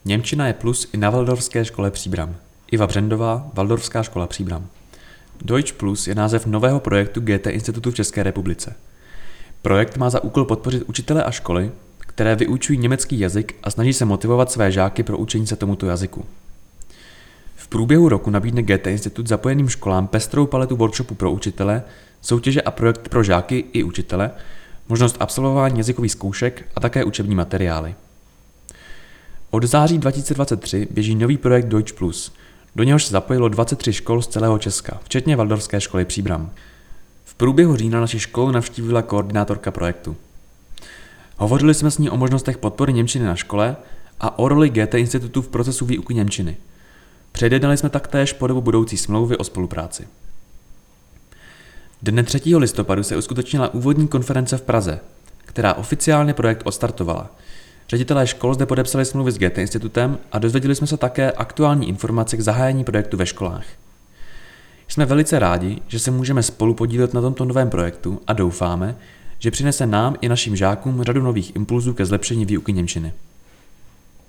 Němčina je plus i na Waldorfské škole Příbram. Iva Břendová, Waldorfská škola Příbram. Deutsch Plus je název nového projektu Goethe institutu v České republice. Projekt má za úkol podpořit učitele a školy, které vyučují německý jazyk a snaží se motivovat své žáky pro učení se tomuto jazyku. V průběhu roku nabídne Goethe institut zapojeným školám pestrou paletu workshopů pro učitele, soutěže a projekt pro žáky i učitele, možnost absolvování jazykových zkoušek a také učební materiály. Od září 2023 běží nový projekt Deutsch Plus. Do něhož se zapojilo 23 škol z celého Česka, včetně Waldorfské školy Příbram. V průběhu října naši školu navštívila koordinátorka projektu. Hovořili jsme s ní o možnostech podpory němčiny na škole a o roli Goethe institutu v procesu výuky němčiny. Předjednali jsme taktéž podobu budoucí smlouvy o spolupráci. Dne 3. listopadu se uskutečnila úvodní konference v Praze, která oficiálně projekt odstartovala. Ředitelé škol zde podepsali smlouvy s Goethe institutem a dozvěděli jsme se také aktuální informace k zahájení projektu ve školách. Jsme velice rádi, že se můžeme spolu podílet na tomto novém projektu a doufáme, že přinese nám i našim žákům řadu nových impulzů ke zlepšení výuky němčiny.